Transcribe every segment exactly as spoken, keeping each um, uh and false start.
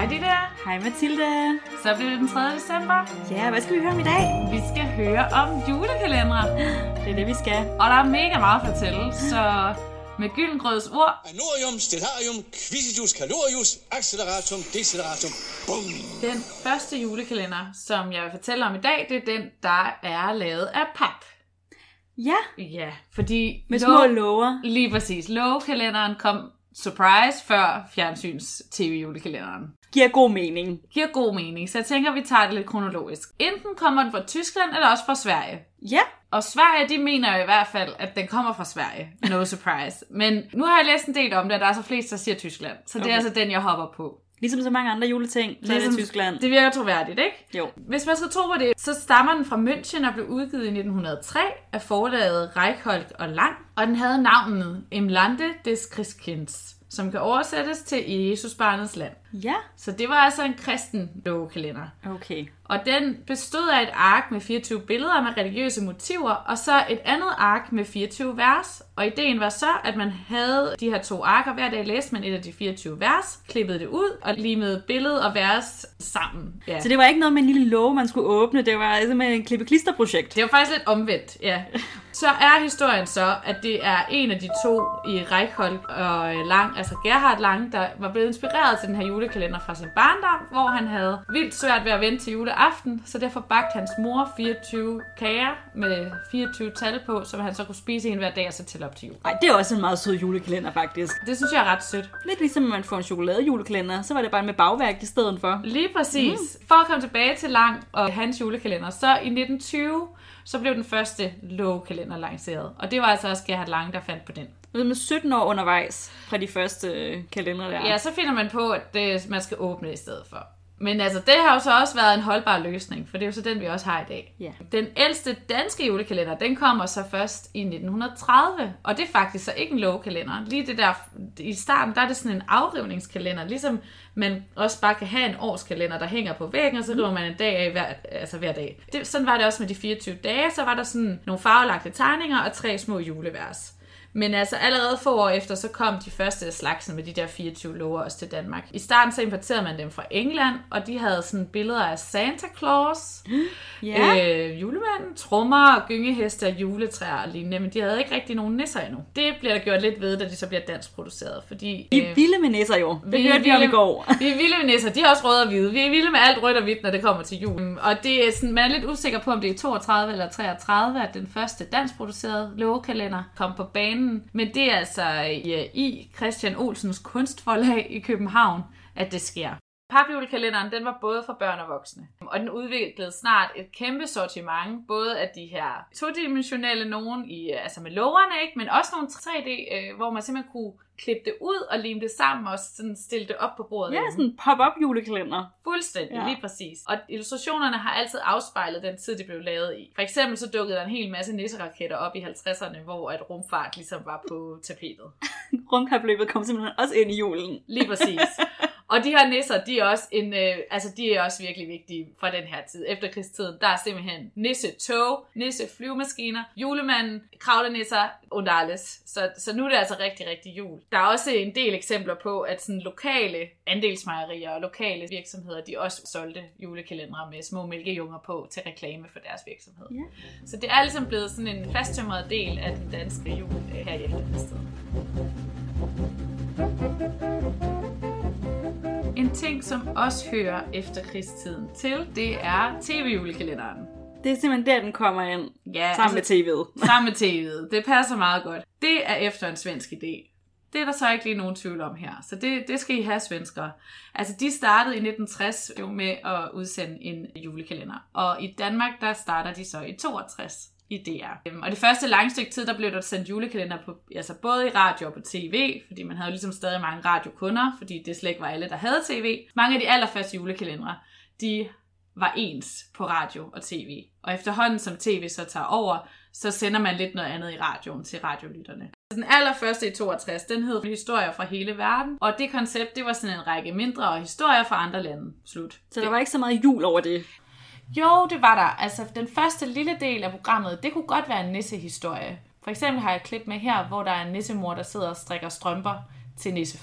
Hej Ditte. Hej Mathilde. Så bliver det den tredje december. Ja, hvad skal vi høre om i dag? Vi skal høre om julekalendere. Det er det, vi skal. Og der er mega meget at fortælle, så med Gyldengrøds ord. Anorium, stellarium, quisitius, calorius, acceleratum, deceleratum, bum! Den første julekalender, som jeg vil fortælle om i dag, det er den, der er lavet af pap. Ja. Ja, fordi... Med små låger. Lige præcis. Lågekalenderen kom surprise før fjernsyns-tv-julekalenderen. Giver god mening. Giver god mening, så jeg tænker, vi tager det lidt kronologisk. Enten kommer den fra Tyskland, eller også fra Sverige. Ja. Og Sverige, de mener jo i hvert fald, at den kommer fra Sverige. No surprise. Men nu har jeg læst en del om det, og der er så flest, der siger Tyskland. Så okay. Det er altså den, jeg hopper på. Ligesom så mange andre juleting, så ligesom, er det Tyskland. Det virker troværdigt, ikke? Jo. Hvis man skal tro på det, så stammer den fra München og blev udgivet i nitten hundrede og tre af forlaget Reichhold og Lang. Og den havde navnet Im Lande des Christkinds, som kan oversættes til i Jesusbarnets land. Ja. Så det var altså en kristen lågekalender. Okay. Og den bestod af et ark med fireogtyve billeder med religiøse motiver, og så et andet ark med fireogtyve vers. Og ideen var så, at man havde de her to arker. Hver dag læste man et af de fireogtyve vers, klippede det ud og limede billede og vers sammen. Ja. Så det var ikke noget med en lille låge, man skulle åbne. Det var simpelthen et klippe-klister-projekt. Det var faktisk lidt omvendt, ja. Så er historien så, at det er en af de to i Reichhold og Lang, altså Gerhard Lang, der var blevet inspireret til den her julekalender fra sin barndom, hvor han havde vildt svært ved at vente til juleaften, så derfor bagte hans mor fireogtyve kager med fireogtyve tal på, som han så kunne spise en hver dag og så tælle op til jul. Ej, det er også en meget sød julekalender faktisk. Det synes jeg er ret sødt. Lidt ligesom at man får en chokoladejulekalender, så var det bare med bagværk i stedet for. Lige præcis. Mm. For at komme tilbage til Lang og hans julekalender, så i nitten tyve, så blev den første lågekalender lanceret. Og det var altså også Gerhard Lang, der fandt på den. Med sytten år undervejs fra de første kalendere der. Ja, så finder man på, at det, man skal åbne i stedet for. Men altså, det har jo så også været en holdbar løsning, for det er jo så den, vi også har i dag. Yeah. Den ældste danske julekalender, den kommer så først i nitten tredive, og det er faktisk så ikke en lågekalender. Lige det der, i starten, der er det sådan en afrivningskalender, ligesom man også bare kan have en årskalender, der hænger på væggen, og så river man en dag af hver, altså hver dag. Det, sådan var det også med de fireogtyve dage, så var der sådan nogle farvelagte tegninger og tre små julevers. Men altså allerede få år efter, så kom de første slagsen med de der fireogtyve låger også til Danmark. I starten så importerede man dem fra England, og de havde sådan billeder af Santa Claus, yeah. øh, julemanden, trommer, gyngeheste og juletræer og lignende, men de havde ikke rigtig nogen nisser endnu. Det bliver der gjort lidt ved, da de så bliver dansk produceret, fordi... Vi er øh, vilde med nisser jo, det hørte vi om i går. Vi er vilde med nisser, de er også røde og hvide. Vi er vilde med alt rødt og hvidt, når det kommer til julen. Og det er sådan, man er lidt usikker på, om det er toogtredive eller treogtredive, at den første dansk producerede lågekalender kom på banen. Men det er altså i, i Christian Olsens kunstforlag i København, at det sker. Papjulekalenderen, den var både for børn og voksne. Og den udviklede snart et kæmpe sortiment, både af de her todimensionelle nogen, i, altså med lågerne, ikke? Men også nogle tre D, øh, hvor man simpelthen kunne klippe det ud og lime det sammen og sådan stille det op på bordet. Ja, sådan en pop-up julekalender. Fuldstændig, ja. Lige præcis. Og illustrationerne har altid afspejlet den tid, det blev lavet i. For eksempel så dukkede der en hel masse nisseraketter op i halvtredserne, hvor at rumfart ligesom var på tapetet. Rumkapløbet kom simpelthen også ind i julen. Lige præcis. Og de her nisser, de er også en, øh, altså de er også virkelig vigtige fra den her tid. Efter krigstiden, der er simpelthen nissetog, nisseflyvemaskiner, julemanden, kravlenisser und alles. Så, så nu er det altså rigtig, rigtig jul. Der er også en del eksempler på, at sådan lokale andelsmejerier og lokale virksomheder, de også solgte julekalendere med små mælkejunger på til reklame for deres virksomhed. Yeah. Så det er ligesom blevet sådan en fasttømret del af den danske jul her i efterkrigstiden. En ting, som også hører efterkrigstiden til, det er tv-julekalenderen. Det er simpelthen der, den kommer ind, ja, sammen altså, med tv'et. Sammen med tv'et. Det passer meget godt. Det er efter en svensk idé. Det er der så ikke lige nogen tvivl om her. Så det, det skal I have, svenskere. Altså, de startede i nitten tres jo med at udsende en julekalender. Og i Danmark, der starter de så i toogtres. I D R. Og det første lange stykke tid, der blev der sendt julekalender på, altså både i radio og på tv, fordi man havde ligesom stadig mange radiokunder, fordi det slet ikke var alle, der havde tv. Mange af de allerførste julekalendere, de var ens på radio og tv. Og efterhånden som tv så tager over, så sender man lidt noget andet i radioen til radiolytterne. Den allerførste i toogtres, den hed Historier fra hele verden, og det koncept, det var sådan en række mindre historier fra andre lande. Slut. Så der var ikke så meget jul over det? Jo, det var der. Altså, den første lille del af programmet, det kunne godt være en nissehistorie. For eksempel har jeg et klip med her, hvor der er en nissemor, der sidder og strikker strømper til nissefar.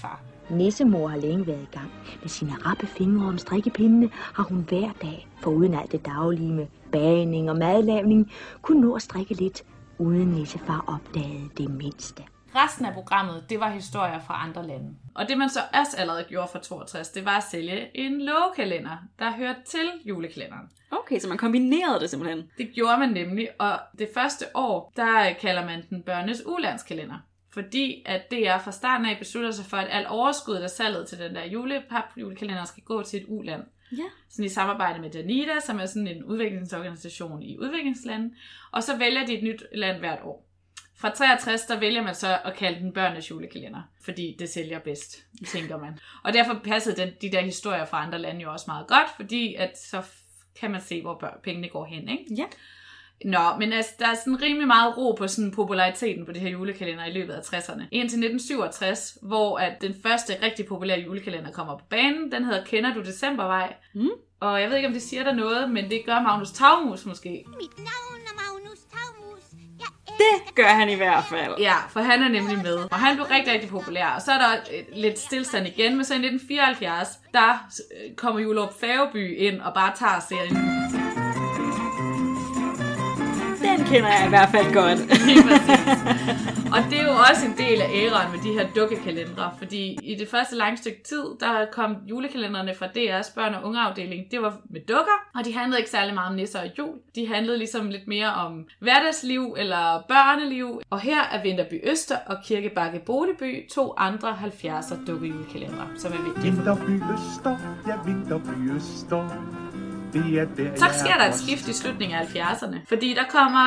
Nissemor har længe været i gang. Med sine rappe fingre om strikkepindene har hun hver dag, foruden alt det daglige med bagning og madlavning, kunne nå at strikke lidt, uden nissefar opdagede det mindste. Resten af programmet, det var historier fra andre lande. Og det man så også allerede gjorde fra toogtres, det var at sælge en lågekalender, der hørte til julekalenderen. Okay, så man kombinerede det simpelthen. Det gjorde man nemlig, og det første år, der kalder man den børnes ulandskalender. Fordi at D R fra starten af beslutter sig for, at alt overskuddet af salget til den der julepap-julekalender skal gå til et uland. Ja. Sådan i samarbejde med Danida, som er sådan en udviklingsorganisation i udviklingslande. Og så vælger de et nyt land hvert år. Fra treogtres, der vælger man så at kalde den børnenes julekalender, fordi det sælger bedst, tænker man. Og derfor passede den, de der historier fra andre lande jo også meget godt, fordi at så kan man se, hvor bør- pengene går hen, ikke? Ja. Nå, men altså, der er sådan rimelig meget ro på sådan populariteten på det her julekalender i løbet af tresserne. Indtil nitten syvogtres, hvor at den første rigtig populære julekalender kommer på banen. Den hedder Kender du Decembervej? Mm. Og jeg ved ikke, om det siger der noget, men det gør Magnus Tagmus måske. Mit navn er Magnus Tagmus. Jeg Det gør han i hvert fald. Ja, for han er nemlig med. Og han blev rigtig, rigtig populær. Og så er der lidt stillstand igen, men så i nitten fireoghalvfjerds, der kommer Julerup Færgeby ind og bare tager serien. Den kender jeg i hvert fald godt. Og det er jo også en del af æraen med de her dukkekalendere, fordi i det første lange stykke tid, der kom julekalenderne fra D R's børn- og ungeafdeling. Det var med dukker, og de handlede ikke særlig meget om nisser og jul. De handlede ligesom lidt mere om hverdagsliv eller børneliv. Og her er Vinterby Øster og Kirkebakke Bodeby to andre halvfjerdser dukkejulekalendere, som er vigtige. Vinterby Øster, ja Vinterby Øster. Det er der, så sker der et skift i slutningen af halvfjerdserne, fordi der kommer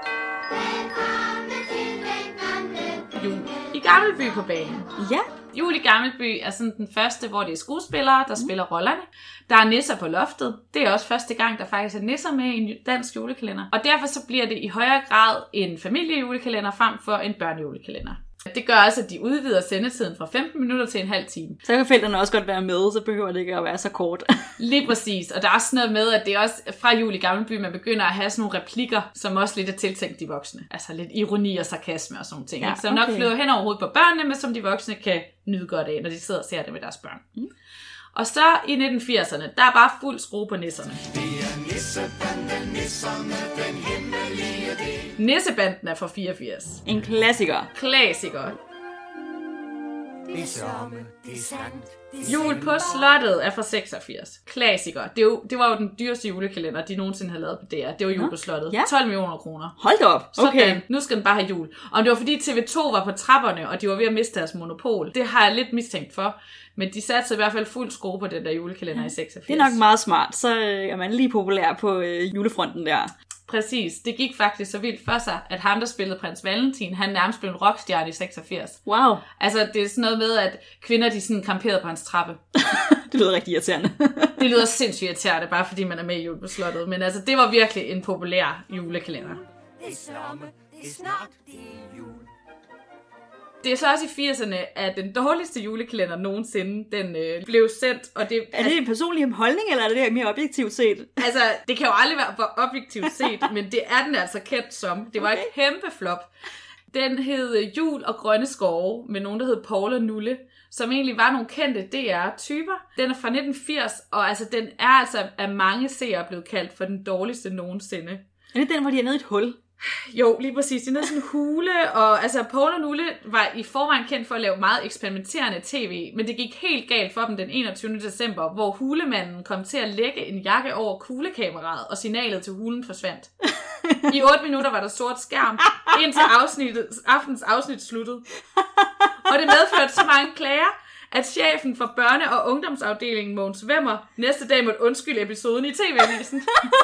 jul i Gammelby på banen. Ja. Jul i Gammelby er sådan den første, hvor det er skuespillere, der mm. spiller rollerne. Der er nisser på loftet. Det er også første gang, der faktisk er nisser med i en dansk julekalender. Og derfor så bliver det i højere grad en familiejulekalender frem for en børnejulekalender. Det gør også, at de udvider sendetiden fra femten minutter til en halv time. Så kan forældrene også godt være med, så behøver det ikke at være så kort. Lige præcis. Og der er også noget med, at det er også fra Jul i Gammelby, man begynder at have sådan nogle replikker, som også lidt er tiltænkt de voksne. Altså lidt ironi og sarkasme og sådan ting. Ja, som okay. nok flyver hen over hovedet på børnene, men som de voksne kan nyde godt af, når de sidder og ser det med deres børn. Mm. Og så i nitten firserne, der er bare fuld skrue på nisserne. Det er Nissebanden, nisserne, den hemmelige del. Nissebanden er fra fireogfirs. En klassiker. Klassiker. Det er somme, det er sandt. Jul på slottet er fra seksogfirs. Klassiker. Det, jo, det var jo den dyreste julekalender, de nogensinde havde lavet på D R. Det var Jul på slottet. Ja. tolv millioner kroner. Hold da op. Okay. Sådan, nu skal den bare have jul. Om det var fordi T V to var på trapperne, og de var ved at miste deres monopol. Det har jeg lidt mistænkt for. Men de satte i hvert fald fuld skrue på den der julekalender ja. i seksogfirs. Det er nok meget smart. Så er man lige populær på øh, julefronten der. Præcis. Det gik faktisk så vildt for sig, at ham, der spillede prins Valentin, han nærmest blev en rockstjerne i seksogfirs. Wow. Altså, det er sådan noget med, at kvinder, de sådan kamperede på hans trappe. Det lyder rigtig irriterende. Det lyder sindssygt irriterende, bare fordi man er med i Jul på slottet. Men altså, det var virkelig en populær julekalender. Det er somme, det er snart, det er jul. Det er så også i firserne, at den dårligste julekalender nogensinde, den øh, blev sendt. Og det, er det altså, en personlig holdning, eller er det mere objektivt set? Altså, det kan jo aldrig være for objektivt set, men det er den altså kendt som. Det var okay. Et kæmpe flop. Den hed Jul og Grønne Skove, med nogen, der hed Paul og Nulle, som egentlig var nogle kendte D R-typer. Den er fra nitten firs, og altså, den er altså af mange seere blevet kaldt for den dårligste nogensinde. Er det den, hvor de er nede i et hul? Jo, lige præcis. Det er sådan en hule, og altså Paul og Nulle var i forvejen kendt for at lave meget eksperimenterende tv, men det gik helt galt for dem den enogtyvende december, hvor hulemanden kom til at lægge en jakke over kuglekameraet, og signalet til hulen forsvandt. I otte minutter var der sort skærm, indtil afsnittet, aftens afsnit sluttede. Og det medførte så mange klager, at chefen for børne- og ungdomsafdelingen, Mogens Wemmer, næste dag måtte undskylde episoden i T V-avisen.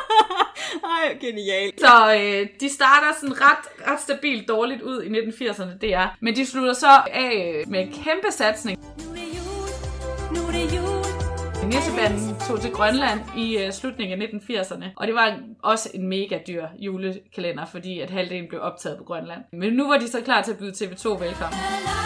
Ej, genialt. Så øh, de starter sådan ret, ret stabilt dårligt ud i nitten firserne, det er. Men de slutter så af med en kæmpe satsning. Nu er det jul, nu er det jul. Nissebanden tog til Grønland i øh, slutningen af nitten firserne. Og det var også en mega dyr julekalender, fordi at halvdelen blev optaget på Grønland. Men nu var de så klar til at byde T V to velkommen.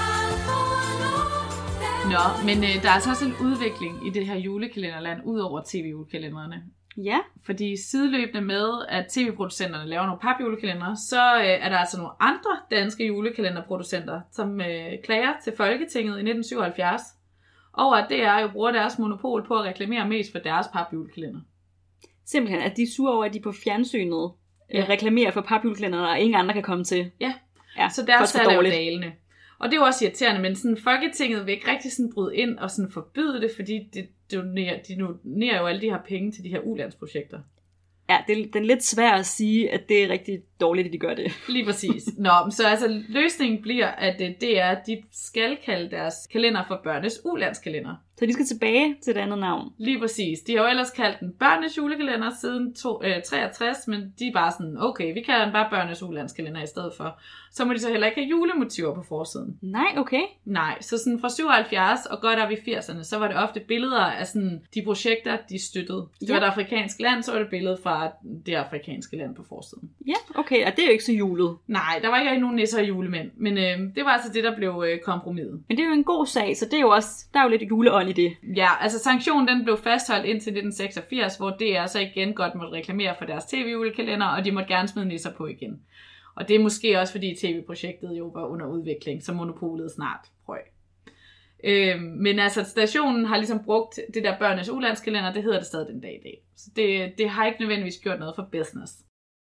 Nå, men øh, der er altså også en udvikling i det her julekalenderland, ud over T V-julekalenderne. Ja. Fordi sideløbende med, at T V-producenterne laver nogle papjulekalendere, så øh, er der altså nogle andre danske julekalenderproducenter, som øh, klager til Folketinget i nitten syvoghalvfjerds. over at D R jo bruger deres monopol på at reklamere mest for deres papjulekalender. Simpelthen, at de er sure over, at de på fjernsynet Ja. ja. reklamerer for papjulekalenderne, og ingen andre kan komme til. Ja, Ja, så deres for salg er jo dårligt. dalende. Og det er jo også irriterende, men sådan, Folketinget vil ikke rigtig sådan bryde ind og sådan forbyde det, fordi det donerer, de donerer jo alle de her penge til de her ulandsprojekter. Ja, det er, det er lidt svært at sige, at det er rigtig dårligt, at de gør det. Lige præcis. Nå, så altså løsningen bliver, at øh, det er, at de skal kalde deres kalender for børnenes ulandskalender. Så de skal tilbage til det andet navn. Lige præcis. De har jo ellers kaldt den børnenes julekalender siden to, øh, treogtres, men de er bare sådan, okay, vi kalder den bare børnenes ulandskalender i stedet for. Så må de så heller ikke have julemotiver på forsiden. Nej, okay. Nej, så sådan fra syvoghalvfjerds og godt op i firserne, så var det ofte billeder af sådan de projekter, de støttede. Det Ja. var et afrikansk land, så var det billede fra det afrikanske land på forsiden. Ja, okay, og det er jo ikke så julet. Nej, der var ikke rigtig nogen nisser og julemænd, men øh, det var altså det, der blev øh, kompromiset. Men det er jo en god sag, så det er jo også, der er jo lidt juleånd i det. Ja, altså sanktionen den blev fastholdt indtil nitten seksogfirs, hvor D R så igen godt måtte reklamere for deres tv-julekalender, og de måtte gerne smide nisser på igen. Og det er måske også, fordi tv-projektet jo var under udvikling, så monopolet snart røg. Øhm, men altså, stationen har ligesom brugt det der børnenes ulandskalender, det hedder det stadig den dag i dag. Så det, det har ikke nødvendigvis gjort noget for business.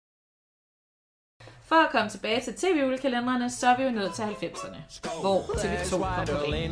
For at komme tilbage til tv-julekalenderne, så er vi jo nødt til halvfemserne, hvor T V to kom på banen.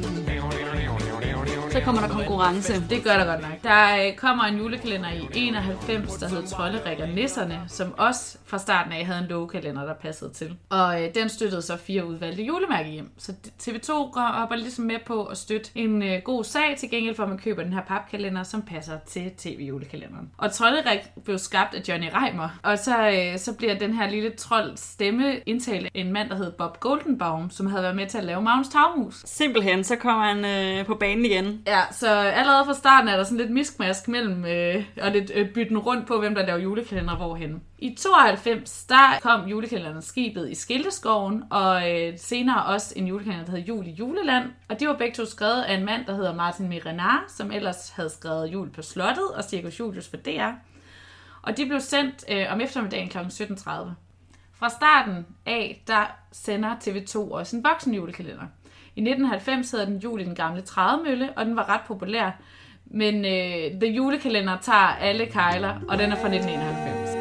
Så kommer der konkurrence. Det gør der godt nok. Der øh, kommer en julekalender i enoghalvfems, der hed Trolderik og Nisserne, som også fra starten af havde en lovekalender, der passede til. Og øh, den støttede så fire udvalgte julemærker hjem. Så T V to hopper ligesom med på at støtte en øh, god sag, til gengæld for at man køber den her papkalender, som passer til tv-julekalenderen. Og Trolderik blev skabt af Johnny Reimer, og så, øh, så bliver den her lille trolds stemme indtalt af en mand, der hed Bob Goldenbaum, som havde været med til at lave Magnus Tagmus. Simpelthen, så kommer han øh, på banen igen. Ja, så allerede fra starten er der sådan lidt miskmask mellem, øh, og lidt øh, bytten rundt på, hvem der laver julekalender hvorhen. I tooghalvfems, der kom julekalenderen Skibet i Skilteskoven, og øh, senere også en julekalender, der hed Jul i Juleland. Og de var begge to skrevet af en mand, der hedder Martin Mirenar, som ellers havde skrevet Jul på Slottet og Cirkus Julius for D R. Og de blev sendt øh, om eftermiddagen klokken sytten tredive. Fra starten af, der sender T V to også en voksenjulekalender. I nitten halvfems havde den Jul i den gamle Trædemølle, og den var ret populær. Men øh, The Julekalender tager alle kejler, og den er fra nitten enoghalvfems.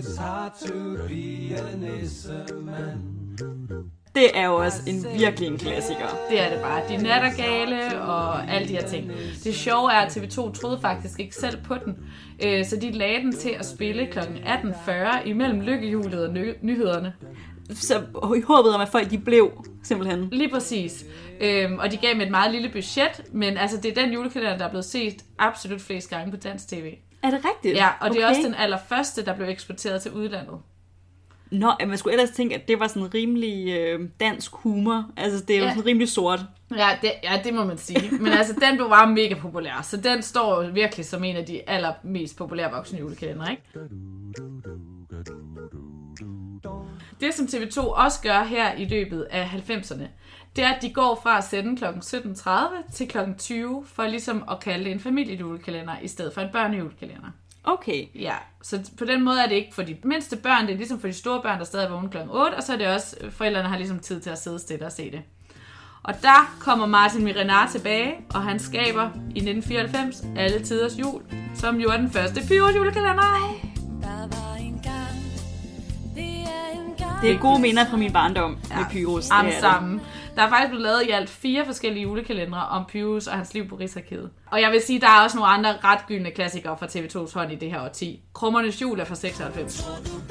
Det er jo også en virkelig en klassiker. Det er det bare. De nattergale og alle de her ting. Det sjove er, at T V to troede faktisk ikke selv på den. Øh, så de lagde den til at spille klokken atten fyrre imellem lykkehjulet og ny- nyhederne. Så i håbet om, at folk de blev, simpelthen. Lige præcis. Øhm, og de gav med et meget lille budget, men altså, det er den julekalender, der er blevet set absolut flest gange på dansk tv. Er det rigtigt? Ja, og det er Okay. også den allerførste, der blev eksporteret til udlandet. Nå, man skulle ellers tænke, at det var sådan rimelig øh, dansk humor. Altså, det er jo Ja. sådan rimelig sort. Ja det, ja, det må man sige. Men altså, den blev bare mega populær, så den står jo virkelig som en af de allermest populære voksne julekalender, ikke? Det, som T V to også gør her i løbet af halvfemserne, det er, at de går fra at sende klokken sytten tredive til klokken tyve, for ligesom at kalde det en familiejulekalender, i stedet for en børnejulekalender. Okay. Ja, så på den måde er det ikke for de mindste børn, det er ligesom for de store børn, der stadig vågner klokken otte, og så er det også, forældrene har ligesom tid til at sidde stille og se det. Og der kommer Martin Mirenar tilbage, og han skaber i nitten fireoghalvfems Alle Tiders Jul, som jo er den første Pyrus julekalender. Det er gode minder fra min barndom ja. med Pyrus. Am sammen. Der er faktisk blevet lavet i alt fire forskellige julekalendere om Pyrus og hans liv på Rigsarkivet. Og jeg vil sige, der er også nogle andre ret gyldne klassikere fra T V tos hånd i det her årti. Krummernes Jul er fra seksoghalvfems.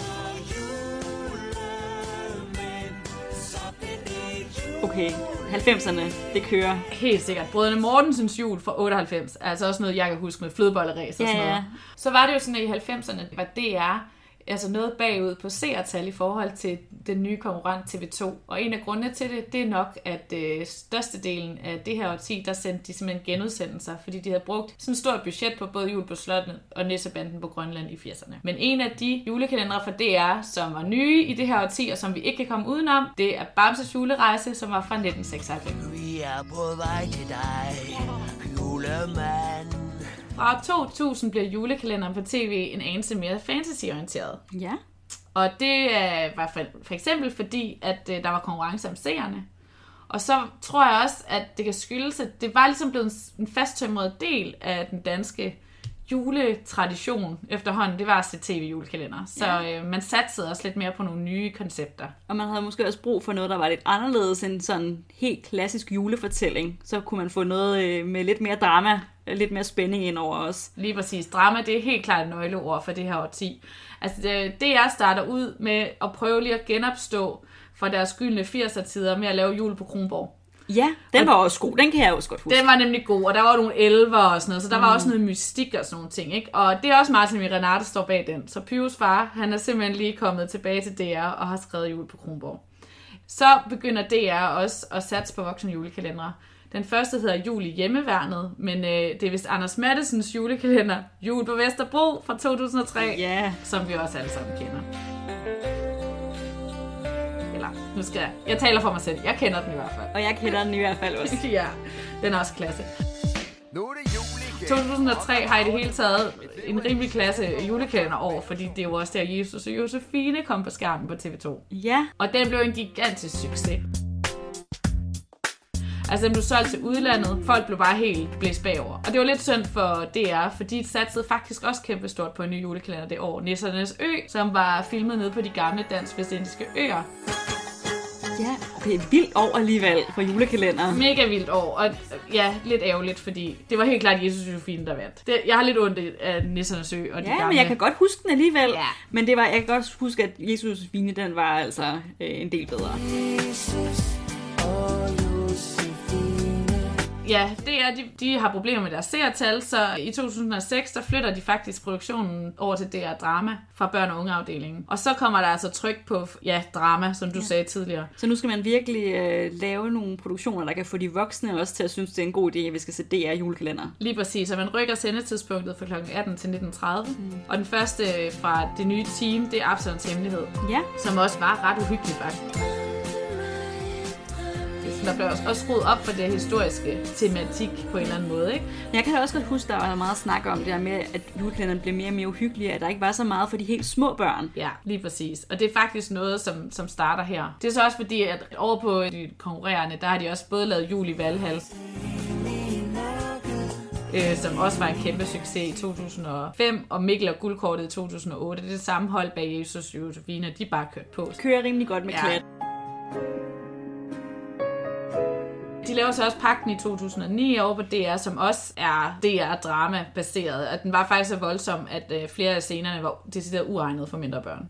Okay, halvfemserne, det kører. Helt sikkert. Brødrene Mortensens Jul fra otteoghalvfems. Altså også noget, jeg kan huske med flødebolleræs og Ja, sådan noget. ja. Så var det jo sådan, at i halvfemserne var D R altså noget bagud på seertal i forhold til den nye konkurrent T V to. Og en af grundene til det, det er nok, at øh, størstedelen af det her årti, der sendte de simpelthen genudsendelser, fordi de havde brugt sådan et stort budget på både Jul på Slottet og Nissebanden på Grønland i firserne. Men en af de julekalendere fra D R, som var nye i det her årti, og som vi ikke kan komme udenom, det er Bamses Julerejse, som var fra nitten seksoghalvfems. Vi er på vej til dig, julemand. Fra to tusind bliver julekalenderen på tv en anelse mere fantasyorienteret. Ja. Og det øh, var for, for eksempel fordi, at øh, der var konkurrence om seerne. Og så tror jeg også, at det kan skyldes, at det var ligesom blevet en fasttømret del af den danske juletradition efterhånden. Det var at se tv-julekalender. Så ja. øh, man satsede også lidt mere på nogle nye koncepter. Og man havde måske også brug for noget, der var lidt anderledes end sådan helt klassisk julefortælling. Så kunne man få noget øh, med lidt mere drama, lidt mere spænding ind over os. Lige præcis. Drama, det er helt klart et nøgleord for det her årti. Altså, D R starter ud med at prøve lige at genopstå fra deres gyldne firser-tider med at lave Jul på Kronborg. Ja, den var også god. Den kan jeg også godt huske. Den var nemlig god, og der var nogle elver og sådan noget, så der mm. var også noget mystik og sådan nogle ting, ikke? Og det er også Martin Renate, der står bag den. Så Pyus far, han er simpelthen lige kommet tilbage til D R og har skrevet Jul på Kronborg. Så begynder D R også at satse på voksne julekalendere. Den første hedder Jul i hjemmeværnet, men øh, det er vist Anders Mattesens julekalender, Jul på Vesterbro fra to tusind og tre, yeah. som vi også alle sammen kender. Eller, nu skal jeg, jeg taler for mig selv, jeg kender den i hvert fald. Og jeg kender den i hvert fald også. Ja, den er også klasse. Nu er det jul igen. to tusind og tre har i det hele taget en rimelig klasse julekalender over, fordi det er jo også der Jesus og Josefine kom på skærmen på T V to. Ja. Og den blev en gigantisk succes. Altså, den blev solgt til udlandet. Folk blev bare helt blæst bagover. Og det var lidt synd for D R, fordi de satsede faktisk også kæmpestort på en ny julekalender det år. Nissernes Ø, som var filmet nede på de gamle dansk-vestindiske øer. Ja, det er et vildt år alligevel for julekalender. Mega vildt år, og ja, lidt ærgerligt, fordi det var helt klart Jesus og Josefine, der vandt. Det, jeg har lidt ondt af Nissernes Ø og de ja, gamle. Men jeg kan godt huske den alligevel. Ja. Men det var, jeg kan også huske, at Jesus og Josefine, den var altså øh, en del bedre. Jesus og Josefine. Ja, det er, de, de har problemer med deres seertal, så i to tusind og seks, der flytter de faktisk produktionen over til D R Drama fra børn- og ungeafdelingen. Og så kommer der altså tryk på, ja, drama, som du ja. sagde tidligere. Så nu skal man virkelig øh, lave nogle produktioner, der kan få de voksne også til at synes, det er en god idé, at vi skal se D R julekalender. Lige præcis, og man rykker sendetidspunktet fra klokken atten til nitten tredive. Mm. Og den første fra det nye team, det er Absalons Hemmelighed. Ja. Som også var ret uhyggelig, faktisk. Der blev også skruet op for det historiske tematik på en eller anden måde, ikke? Jeg kan da også godt huske, der var meget snak om det her med, at julekalenderen blev mere og mere uhyggelig, at der ikke var så meget for de helt små børn. Ja, lige præcis. Og det er faktisk noget, som, som starter her. Det er så også fordi, at over på de konkurrerende, der har de også både lavet Jul i Valhall, øh, som også var en kæmpe succes i to tusind og fem, og Mikkel og Guldkortet i to tusind og otte. Det er det samme hold bag Jesus og Josefine, og de bare kørt på. Kører rimelig godt med ja. klat. De laver så også Pagten i to tusind og ni over på D R, som også er D R-drama-baseret. Og den var faktisk så voldsom, at flere af scenerne var decideret uegnet for mindre børn.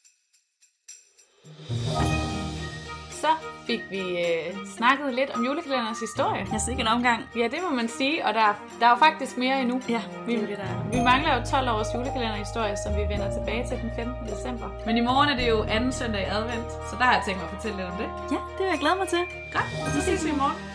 Så fik vi øh, snakket lidt om julekalenderens historie. Jeg ser ikke en omgang. Ja, det må man sige, og der, der er jo faktisk mere endnu. Ja, vi, det er det, vi mangler jo tolv års julekalenderhistorie, som vi vender tilbage til den femtende december. Men i morgen er det jo anden søndag i advent, så der har jeg tænkt mig at fortælle lidt om det. Ja, det vil jeg glæde mig til. Godt, så ses vi i morgen.